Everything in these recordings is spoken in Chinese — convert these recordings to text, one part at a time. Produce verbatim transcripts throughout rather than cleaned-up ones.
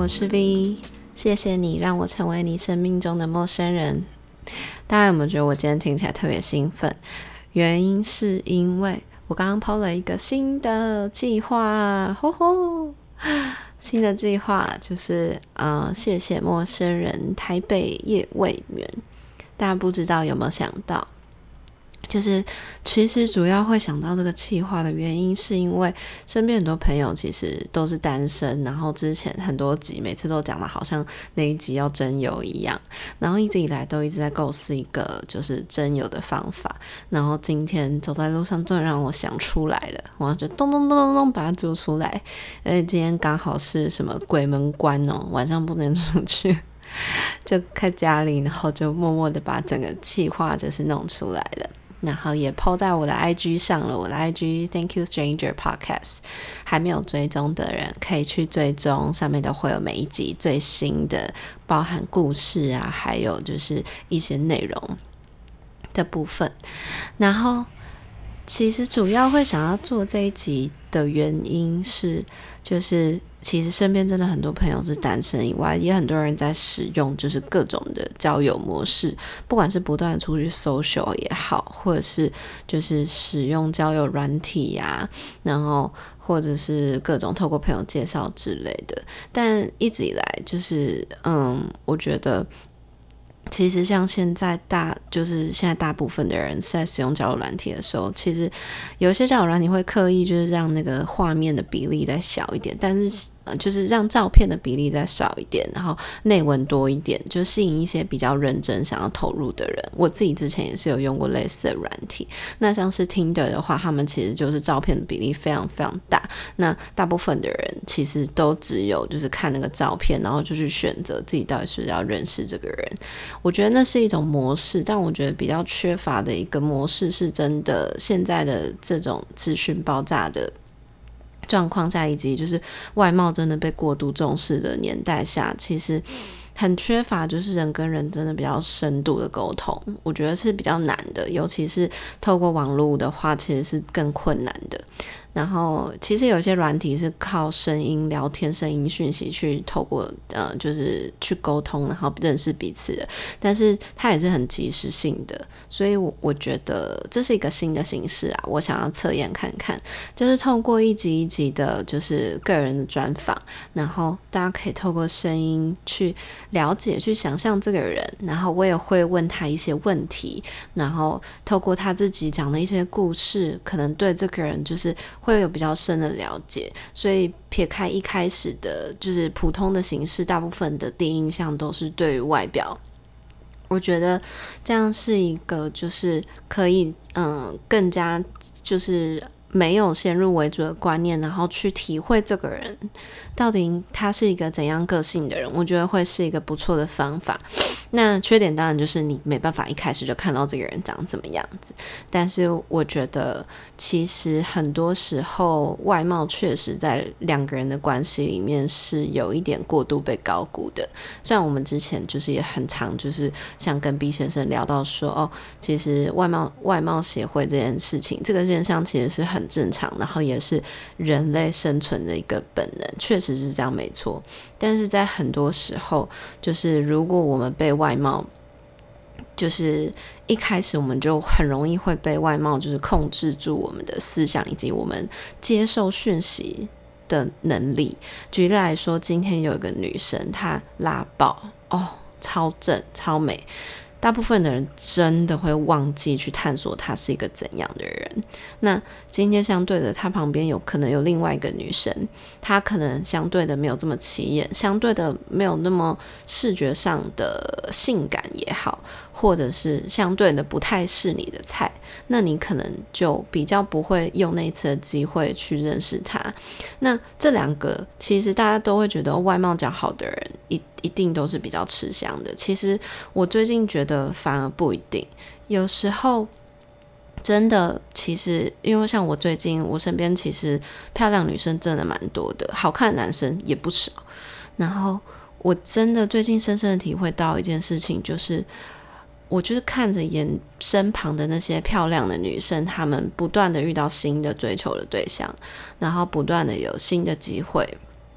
我是 V， 谢谢你让我成为你生命中的陌生人。大家有没有觉得我今天听起来特别兴奋？原因是因为我刚刚 po 了一个新的计划，吼吼！新的计划就是呃，谢谢陌生人台北夜未眠。大家不知道有没有想到？就是其实主要会想到这个企划的原因是因为身边很多朋友其实都是单身，然后之前很多集每次都讲的好像那一集要征友一样，然后一直以来都一直在构思一个就是征友的方法，然后今天走在路上终于让我想出来了，我就咚咚咚咚咚把它做出来，而且今天刚好是什么鬼门关哦，晚上不能出去就在家里，然后就默默的把整个企划就是弄出来了，然后也 po 在我的 I G 上了，我的 I G Thank You Stranger Podcast 还没有追踪的人可以去追踪，上面都会有每一集最新的包含故事啊，还有就是一些内容的部分。然后其实主要会想要做这一集的原因是就是其实身边真的很多朋友是单身以外，也很多人在使用就是各种的交友模式，不管是不断的出去 social 也好，或者是就是使用交友软体啊，然后或者是各种透过朋友介绍之类的。但一直以来就是嗯，我觉得其实像现在大就是现在大部分的人在使用交友软体的时候，其实有一些交友软体会刻意就是让那个画面的比例再小一点，但是呃，就是让照片的比例再少一点，然后内文多一点，就吸引一些比较认真想要投入的人。我自己之前也是有用过类似的软体，那像是 Tinder 的话，他们其实就是照片的比例非常非常大，那大部分的人其实都只有就是看那个照片，然后就去选择自己到底是不是要认识这个人。我觉得那是一种模式，但我觉得比较缺乏的一个模式是真的现在的这种资讯爆炸的状况下，以及就是外貌真的被过度重视的年代下，其实很缺乏就是人跟人真的比较深度的沟通，我觉得是比较难的，尤其是透过网络的话其实是更困难的。然后其实有一些软体是靠声音聊天声音讯息去透过呃就是去沟通然后认识彼此的，但是它也是很即时性的，所以我我觉得这是一个新的形式啊，我想要测验看看，就是透过一集一集的就是个人的专访，然后大家可以透过声音去了解去想象这个人，然后我也会问他一些问题，然后透过他自己讲的一些故事，可能对这个人就是会有比较深的了解，所以撇开一开始的就是普通的形式，大部分的第一印象都是对于外表，我觉得这样是一个就是可以嗯更加就是没有先入为主的观念，然后去体会这个人到底他是一个怎样个性的人，我觉得会是一个不错的方法。那缺点当然就是你没办法一开始就看到这个人长怎么样子，但是我觉得其实很多时候外貌确实在两个人的关系里面是有一点过度被高估的。像我们之前就是也很常就是像跟 B 先生聊到说哦，其实外貌外貌协会这件事情，这个现象其实是很正常，然后也是人类生存的一个本能，确实是这样没错。但是在很多时候就是如果我们被外貌就是一开始我们就很容易会被外貌就是控制住我们的思想以及我们接受讯息的能力。举例来说，今天有一个女生她拉爆哦，超正超美，大部分的人真的会忘记去探索她是一个怎样的人。那今天相对的，她旁边有可能有另外一个女生，她可能相对的没有这么起眼，相对的没有那么视觉上的性感也好，或者是相对的不太是你的菜，那你可能就比较不会用那一次的机会去认识她。那这两个其实大家都会觉得外貌较好的人一一定都是比较吃香的，其实我最近觉得反而不一定，有时候真的其实因为像我最近我身边其实漂亮女生真的蛮多的，好看的男生也不少，然后我真的最近深深的体会到一件事情，就是我就是看着眼身旁的那些漂亮的女生，她们不断的遇到新的追求的对象，然后不断的有新的机会，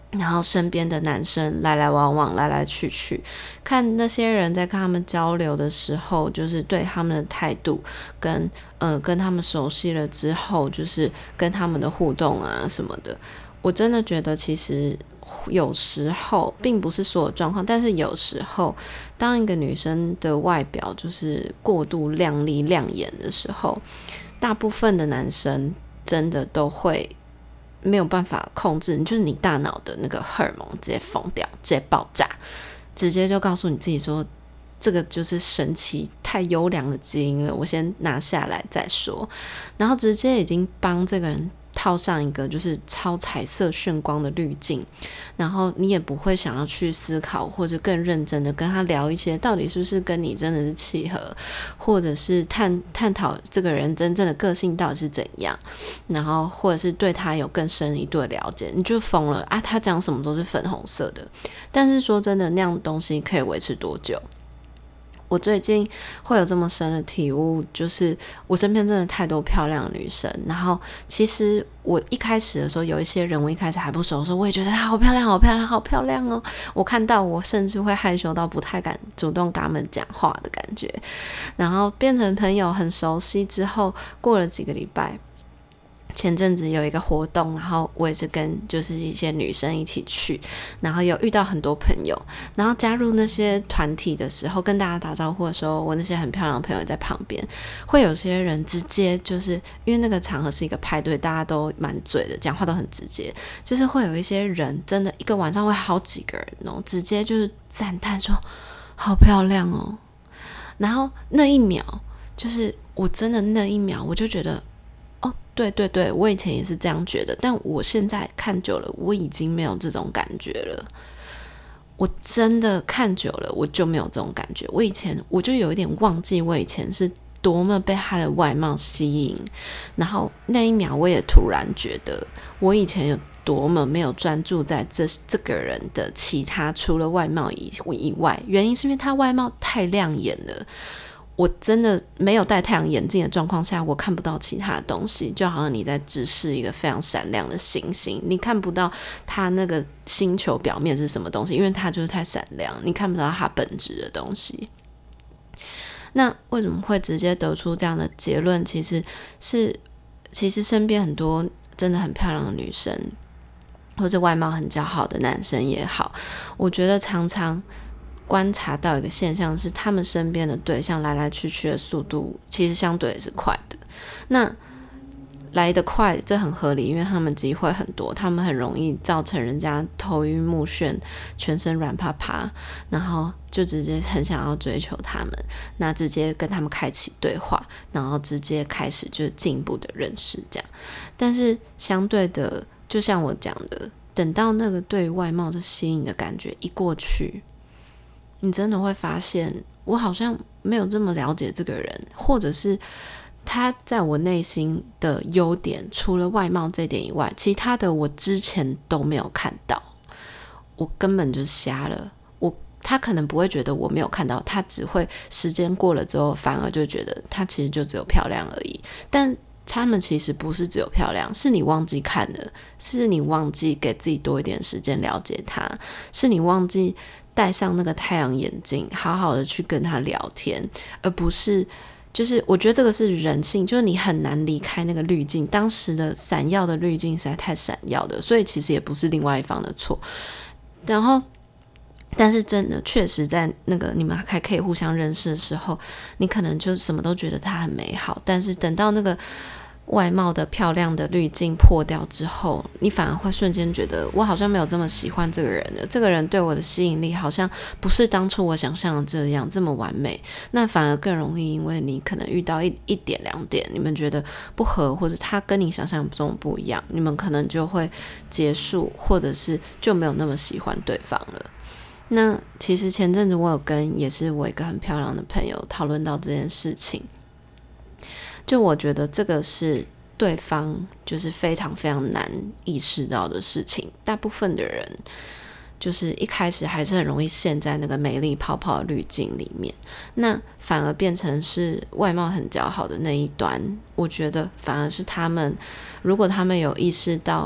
然后身边的男生来来往往，来来去去，看那些人在跟他们交流的时候，就是对他们的态度跟呃跟他们熟悉了之后，就是跟他们的互动啊什么的，我真的觉得其实有时候并不是所有状况，但是有时候当一个女生的外表就是过度亮丽亮眼的时候，大部分的男生真的都会没有办法控制，就是你大脑的那个荷尔蒙直接疯掉，直接爆炸，直接就告诉你自己说这个就是神奇太优良的基因了，我先拿下来再说，然后直接已经帮这个人套上一个就是超彩色炫光的滤镜，然后你也不会想要去思考或者更认真的跟他聊一些到底是不是跟你真的是契合，或者是探探讨这个人真正的个性到底是怎样，然后或者是对他有更深一度的了解，你就疯了啊！他讲什么都是粉红色的，但是说真的，那样东西可以维持多久？我最近会有这么深的体悟，就是我身边真的太多漂亮的女生，然后其实我一开始的时候有一些人我一开始还不熟的时候，我也觉得她好漂亮好漂亮好漂亮哦，我看到我甚至会害羞到不太敢主动跟他们讲话的感觉，然后变成朋友很熟悉之后，过了几个礼拜，前阵子有一个活动，然后我也是跟就是一些女生一起去，然后有遇到很多朋友，然后加入那些团体的时候，跟大家打招呼的时候，我那些很漂亮的朋友在旁边，会有些人直接就是因为那个场合是一个派对，大家都蛮醉的，讲话都很直接，就是会有一些人真的一个晚上会好几个人哦，直接就是赞叹说好漂亮哦，然后那一秒就是我真的那一秒我就觉得对对对，我以前也是这样觉得，但我现在看久了，我已经没有这种感觉了。我真的看久了，我就没有这种感觉。我以前我就有一点忘记，我以前是多么被他的外貌吸引，然后那一秒我也突然觉得，我以前有多么没有专注在这这个人的其他除了外貌以以外，原因是因为他外貌太亮眼了。我真的没有戴太阳眼镜的状况下，我看不到其他的东西，就好像你在直视一个非常闪亮的星星，你看不到它那个星球表面是什么东西，因为它就是太闪亮，你看不到它本质的东西。那为什么会直接得出这样的结论？其实是其实身边很多真的很漂亮的女生，或者外貌很姣好的男生也好，我觉得常常观察到一个现象是，他们身边的对象来来去去的速度其实相对也是快的。那来得快，这很合理，因为他们机会很多，他们很容易造成人家头晕目眩，全身软趴趴，然后就直接很想要追求他们，那直接跟他们开启对话，然后直接开始就是进一步的认识这样。但是相对的，就像我讲的，等到那个对外貌的吸引的感觉一过去，你真的会发现我好像没有这么了解这个人，或者是他在我内心的优点除了外貌这点以外，其他的我之前都没有看到，我根本就瞎了。我他可能不会觉得我没有看到，他只会时间过了之后反而就觉得他其实就只有漂亮而已，但他们其实不是只有漂亮，是你忘记看了，是你忘记给自己多一点时间了解他，是你忘记戴上那个太阳眼镜好好的去跟他聊天，而不是就是我觉得这个是人性，就是你很难离开那个滤镜，当时的闪耀的滤镜实在太闪耀的，所以其实也不是另外一方的错。然后但是真的确实在那个你们还可以互相认识的时候，你可能就什么都觉得它很美好，但是等到那个外貌的漂亮的滤镜破掉之后，你反而会瞬间觉得我好像没有这么喜欢这个人了，这个人对我的吸引力好像不是当初我想象的这样这么完美，那反而更容易因为你可能遇到一一点两点你们觉得不合，或者他跟你想象中不一样，你们可能就会结束，或者是就没有那么喜欢对方了。那其实前阵子我有跟也是我一个很漂亮的朋友讨论到这件事情，就我觉得这个是对方就是非常非常难意识到的事情，大部分的人就是一开始还是很容易陷在那个美丽泡泡的滤镜里面，那反而变成是外貌很姣好的那一端，我觉得反而是他们如果他们有意识到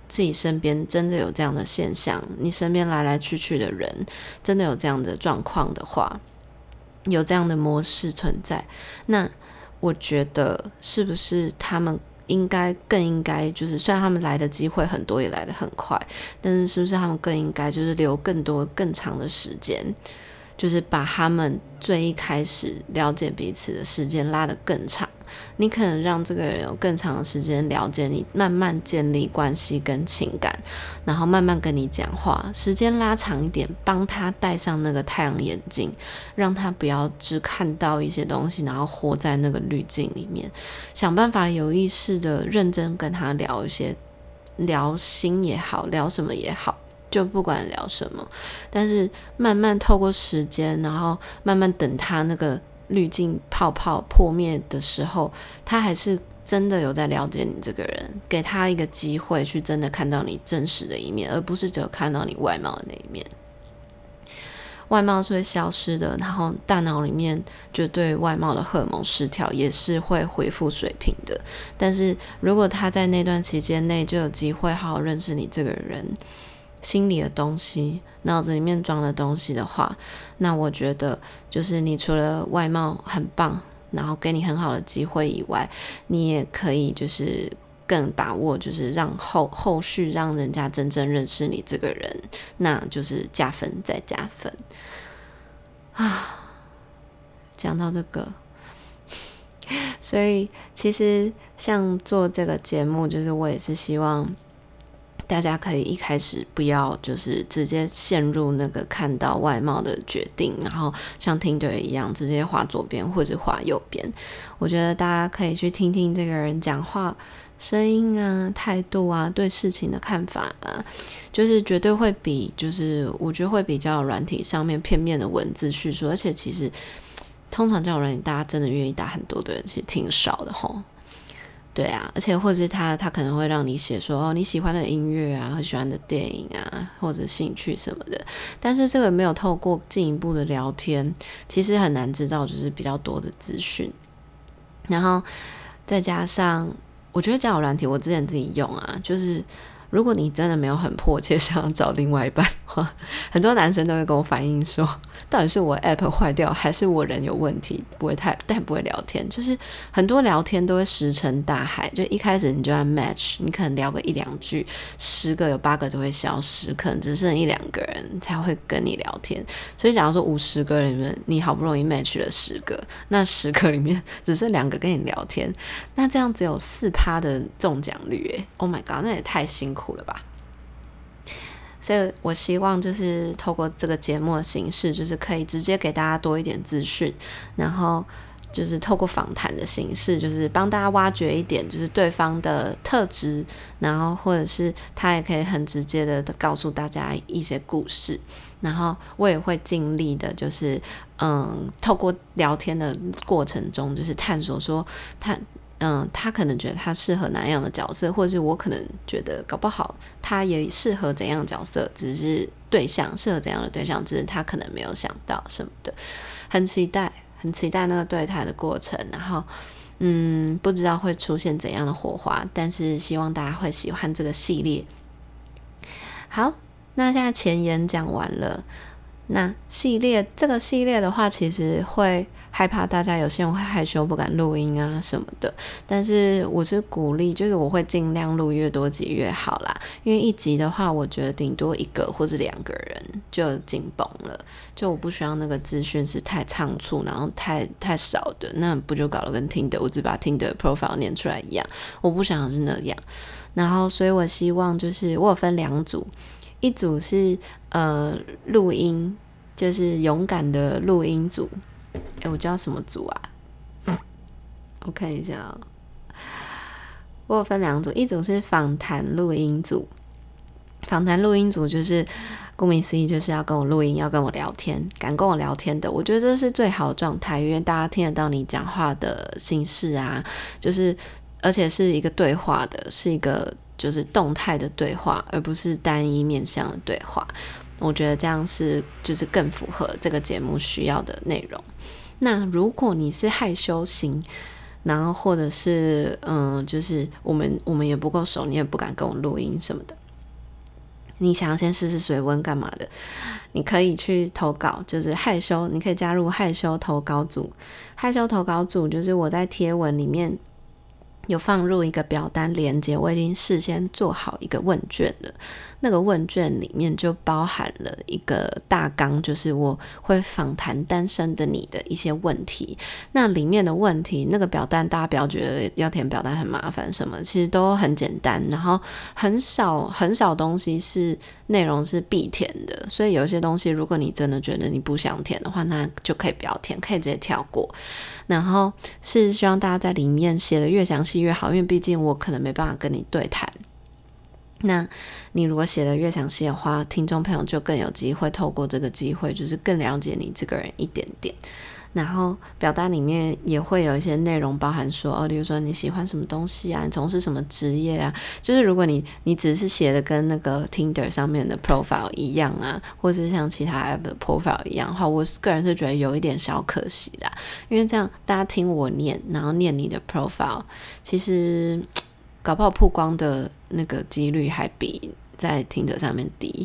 自己身边真的有这样的现象，你身边来来去去的人真的有这样的状况的话，有这样的模式存在，那我觉得是不是他们应该更应该就是虽然他们来的机会很多也来得很快，但是是不是他们更应该就是留更多更长的时间，就是把他们最一开始了解彼此的时间拉得更长，你可能让这个人有更长的时间了解你，慢慢建立关系跟情感，然后慢慢跟你讲话，时间拉长一点，帮他戴上那个太阳眼镜，让他不要只看到一些东西然后活在那个滤镜里面，想办法有意识的认真跟他聊一些，聊心也好，聊什么也好，就不管聊什么，但是慢慢透过时间，然后慢慢等他那个滤镜泡泡破灭的时候，他还是真的有在了解你这个人，给他一个机会去真的看到你真实的一面，而不是只有看到你外貌的那一面。外貌是会消失的，然后大脑里面就对外貌的荷尔蒙失调也是会恢复水平的，但是如果他在那段期间内就有机会好好认识你这个人心里的东西，脑子里面装的东西的话，那我觉得就是你除了外貌很棒，然后给你很好的机会以外，你也可以就是更把握，就是让后后续让人家真正认识你这个人，那就是加分再加分啊。讲到这个，所以其实像做这个节目，就是我也是希望大家可以一开始不要就是直接陷入那个看到外貌的决定，然后像 Tinder 一样直接滑左边或者滑右边。我觉得大家可以去听听这个人讲话声音啊、态度啊、对事情的看法啊，就是绝对会比就是我觉得会比较有软体上面片面的文字叙述，而且其实通常交友软体大家真的愿意打很多的人其实挺少的齁。对啊，而且或者是他他可能会让你写说哦你喜欢的音乐啊，很喜欢的电影啊，或者兴趣什么的，但是这个没有透过进一步的聊天，其实很难知道就是比较多的资讯。然后再加上我觉得交友软体我之前自己用啊，就是如果你真的没有很迫切想要找另外一半的话，很多男生都会跟我反映说到底是我 app 坏掉还是我人有问题，不会太但不会聊天，就是很多聊天都会石沉大海，就一开始你就要 match， 你可能聊个一两句，十个有八个都会消失，可能只剩一两个人才会跟你聊天。所以假如说五十个人里面你好不容易 match 了十个，那十个里面只剩两个跟你聊天，那这样只有 百分之四 的中奖率耶 Oh my god， 那也太辛苦苦了吧。所以我希望就是透过这个节目的形式，就是可以直接给大家多一点资讯，然后就是透过访谈的形式，就是帮大家挖掘一点就是对方的特质，然后或者是他也可以很直接的告诉大家一些故事，然后我也会尽力的就是嗯，透过聊天的过程中就是探索说他嗯，他可能觉得他适合哪样的角色，或者是我可能觉得搞不好他也适合怎样的角色，只是对象适合怎样的对象，只是他可能没有想到什么的。很期待很期待那个对谈的过程，然后嗯，不知道会出现怎样的火花，但是希望大家会喜欢这个系列。好，那现在前言讲完了，那系列这个系列的话，其实会害怕大家有些人会害羞不敢录音啊什么的，但是我是鼓励，就是我会尽量录越多集越好啦，因为一集的话我觉得顶多一个或者两个人就紧绷了，就我不需要那个资讯是太仓促然后太太少的，那不就搞得跟 Tinder 我只把 Tinder profile 念出来一样，我不想要是那样。然后所以我希望就是我有分两组，一组是呃录音，就是勇敢的录音组。诶，我叫什么组啊？我看一下哦，我有分两组，一组是访谈录音组。访谈录音组就是顾名思义，就是要跟我录音，要跟我聊天，敢跟我聊天的，我觉得这是最好的状态，因为大家听得到你讲话的心事啊，就是而且是一个对话的，是一个就是动态的对话，而不是单一面向的对话。我觉得这样是就是更符合这个节目需要的内容。那如果你是害羞型， 然后或者是嗯，就是我们我们也不够熟，你也不敢跟我录音什么的，你想要先试试水温干嘛的，你可以去投稿，就是害羞，你可以加入害羞投稿组。害羞投稿组就是我在贴文里面有放入一个表单连结，我已经事先做好一个问卷了，那个问卷里面就包含了一个大纲，就是我会访谈单身的你的一些问题。那里面的问题，那个表单大家不要觉得要填表单很麻烦什么，其实都很简单，然后很少很少东西是内容是必填的，所以有一些东西如果你真的觉得你不想填的话，那就可以不要填，可以直接跳过。然后是希望大家在里面写的越详细越好，因为毕竟我可能没办法跟你对谈，那你如果写的越详细的话，听众朋友就更有机会透过这个机会就是更了解你这个人一点点。然后表单里面也会有一些内容包含说哦，例如说你喜欢什么东西啊，你从事什么职业啊，就是如果你你只是写的跟那个 Tinder 上面的 profile 一样啊，或是像其他 app 的 profile 一样的话，我个人是觉得有一点小可惜啦，因为这样大家听我念然后念你的 profile， 其实搞不好曝光的那个几率还比在 Tinder 上面低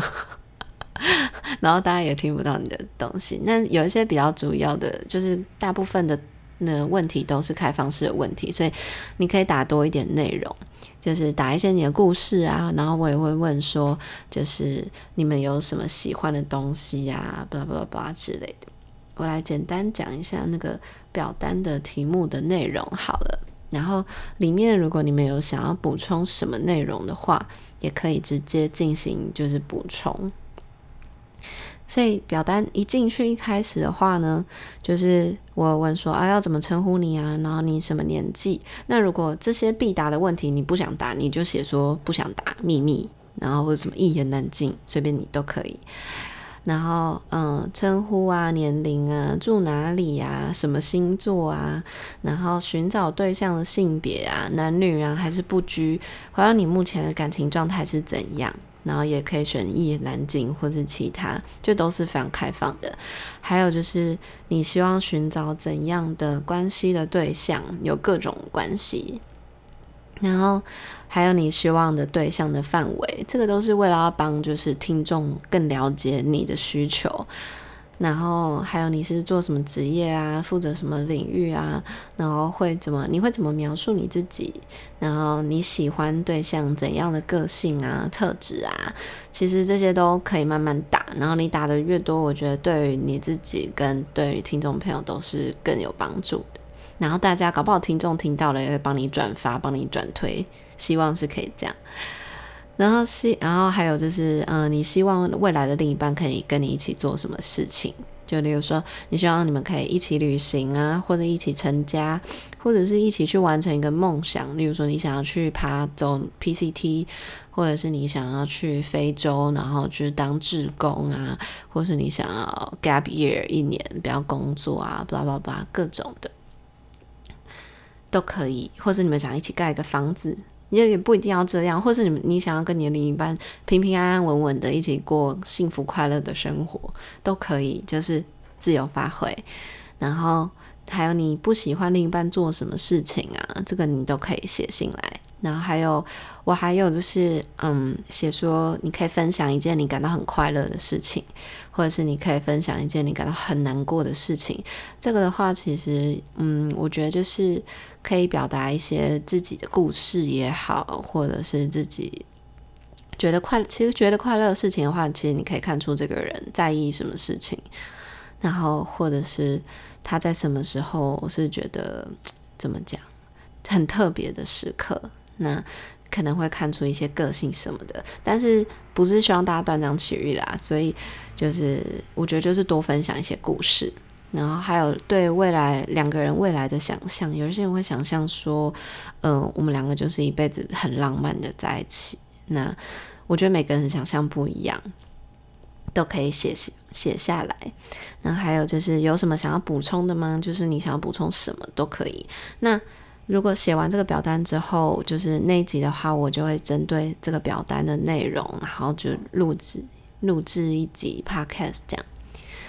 然后大家也听不到你的东西。那有一些比较主要的，就是大部分的那问题都是开放式的问题，所以你可以打多一点内容，就是打一些你的故事啊，然后我也会问说就是你们有什么喜欢的东西啊 blah blah blah 之类的。我来简单讲一下那个表单的题目的内容好了，然后里面如果你们有想要补充什么内容的话，也可以直接进行就是补充。所以表单一进去一开始的话呢，就是我问说啊要怎么称呼你啊，然后你什么年纪，那如果这些必答的问题你不想答，你就写说不想答秘密，然后或者什么一言难尽，随便你都可以。然后嗯，称呼啊，年龄啊，住哪里啊，什么星座啊，然后寻找对象的性别啊，男女啊还是不拘，还有你目前的感情状态是怎样，然后也可以选一言难尽或是其他，就都是非常开放的。还有就是你希望寻找怎样的关系的对象，有各种关系，然后还有你希望的对象的范围，这个都是为了要帮就是听众更了解你的需求。然后还有你是做什么职业啊，负责什么领域啊，然后会怎么你会怎么描述你自己，然后你喜欢对象怎样的个性啊特质啊，其实这些都可以慢慢打，然后你打的越多，我觉得对于你自己跟对于听众朋友都是更有帮助的。然后大家搞不好听众听到了也会帮你转发帮你转推，希望是可以这样。然后是，然后还有就是，嗯、呃，你希望未来的另一半可以跟你一起做什么事情？就例如说，你希望你们可以一起旅行啊，或者一起成家，或者是一起去完成一个梦想。例如说，你想要去爬走 P C T， 或者是你想要去非洲，然后去当志工啊，或是你想要 gap year 一年不要工作啊 ，blah blah blah 各种的都可以。或是你们想一起盖一个房子。也不一定要这样，或是你你想要跟你的另一半平平安安稳稳的一起过幸福快乐的生活都可以，就是自由发挥。然后还有你不喜欢另一半做什么事情啊，这个你都可以写信来。然后还有我还有就是嗯，写说你可以分享一件你感到很快乐的事情，或者是你可以分享一件你感到很难过的事情。这个的话其实嗯，我觉得就是可以表达一些自己的故事也好，或者是自己觉得快其实觉得快乐的事情的话，其实你可以看出这个人在意什么事情，然后或者是他在什么时候是觉得怎么讲很特别的时刻，那可能会看出一些个性什么的，但是不是希望大家断章取义啦，所以就是我觉得就是多分享一些故事。然后还有对未来两个人未来的想象，有些人会想象说嗯、呃，我们两个就是一辈子很浪漫的在一起，那我觉得每个人想象不一样，都可以写写下来。那还有就是有什么想要补充的吗？就是你想要补充什么都可以。那如果写完这个表单之后，就是那一集的话，我就会针对这个表单的内容，然后就录制录制一集 podcast 这样。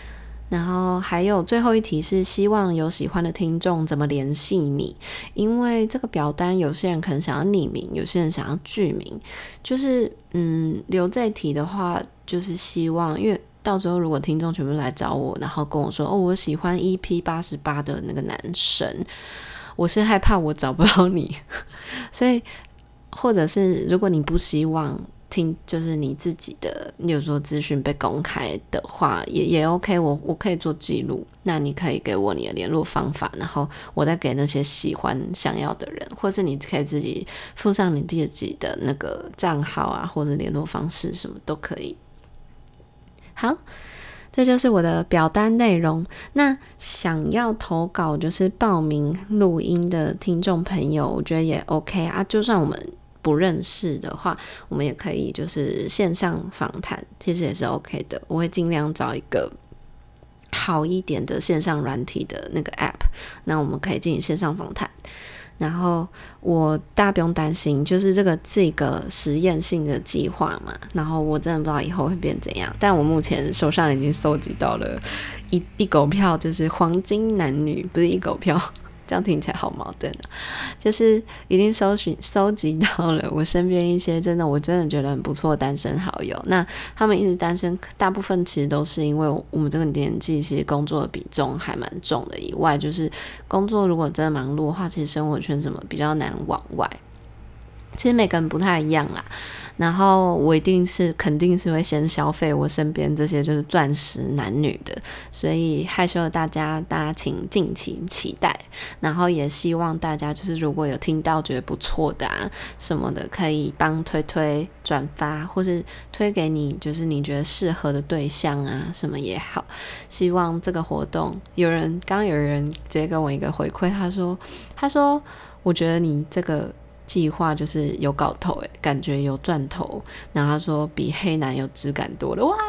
然后还有最后一题是希望有喜欢的听众怎么联系你，因为这个表单有些人可能想要匿名，有些人想要具名，就是嗯留这题的话，就是希望因为到时候如果听众全部来找我，然后跟我说哦我喜欢 E P 八十八 的那个男生，我是害怕我找不到你所以或者是如果你不希望听就是你自己的例如说资讯被公开的话也也 OK， 我我可以做记录，那你可以给我你的联络方法，然后我再给那些喜欢想要的人，或是你可以自己附上你自己的那个账号啊或者联络方式什么都可以。好，这就是我的表单内容。那想要投稿就是报名录音的听众朋友，我觉得也 OK 啊，就算我们不认识的话，我们也可以就是线上访谈，其实也是 OK 的。我会尽量找一个好一点的线上软体的那个 App， 那我们可以进行线上访谈。然后我大家不用担心，就是这个这个实验性的计划嘛，然后我真的不知道以后会变怎样，但我目前手上已经收集到了一一狗票，就是黄金男女，不是一狗票，这样听起来好矛盾啊，就是已经搜寻搜集到了我身边一些真的我真的觉得很不错的单身好友，那他们一直单身大部分其实都是因为我们这个年纪其实工作的比重还蛮重的，以外就是工作如果真的忙碌的话，其实生活圈什么比较难往外，其实每个人不太一样啦，然后我一定是肯定是会先消费我身边这些就是钻石男女的，所以害羞的大家大家请敬请期待，然后也希望大家就是如果有听到觉得不错的啊什么的，可以帮推推转发，或是推给你就是你觉得适合的对象啊什么也好。希望这个活动有人刚刚有人直接跟我一个回馈，他说他说我觉得你这个计划就是有搞头耶，感觉有赚头，然后他说比黑男有质感多了，哇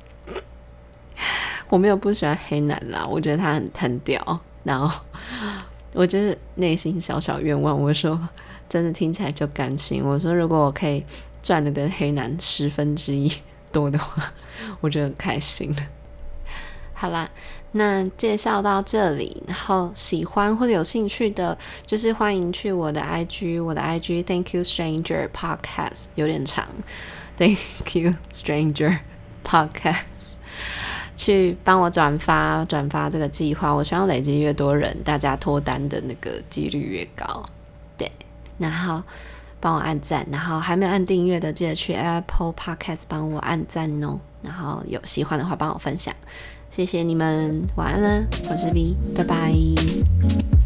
我没有不喜欢黑男啦，我觉得他很很屌，然后我就是内心小小愿望，我说真的听起来就甘心，我说如果我可以赚的跟黑男十分之一多的话，我就很开心了。好啦，那介绍到这里，然后喜欢或者有兴趣的就是欢迎去我的 I G， 我的 I G Thank You Stranger Podcast 有点长 Thank You Stranger Podcast 去帮我转发转发这个计划，我希望累积越多人，大家脱单的那个几率越高，对，然后帮我按赞，然后还没有按订阅的记得去 Apple Podcast 帮我按赞哦，然后有喜欢的话帮我分享，谢谢你们，晚安了，我是 V， 拜拜。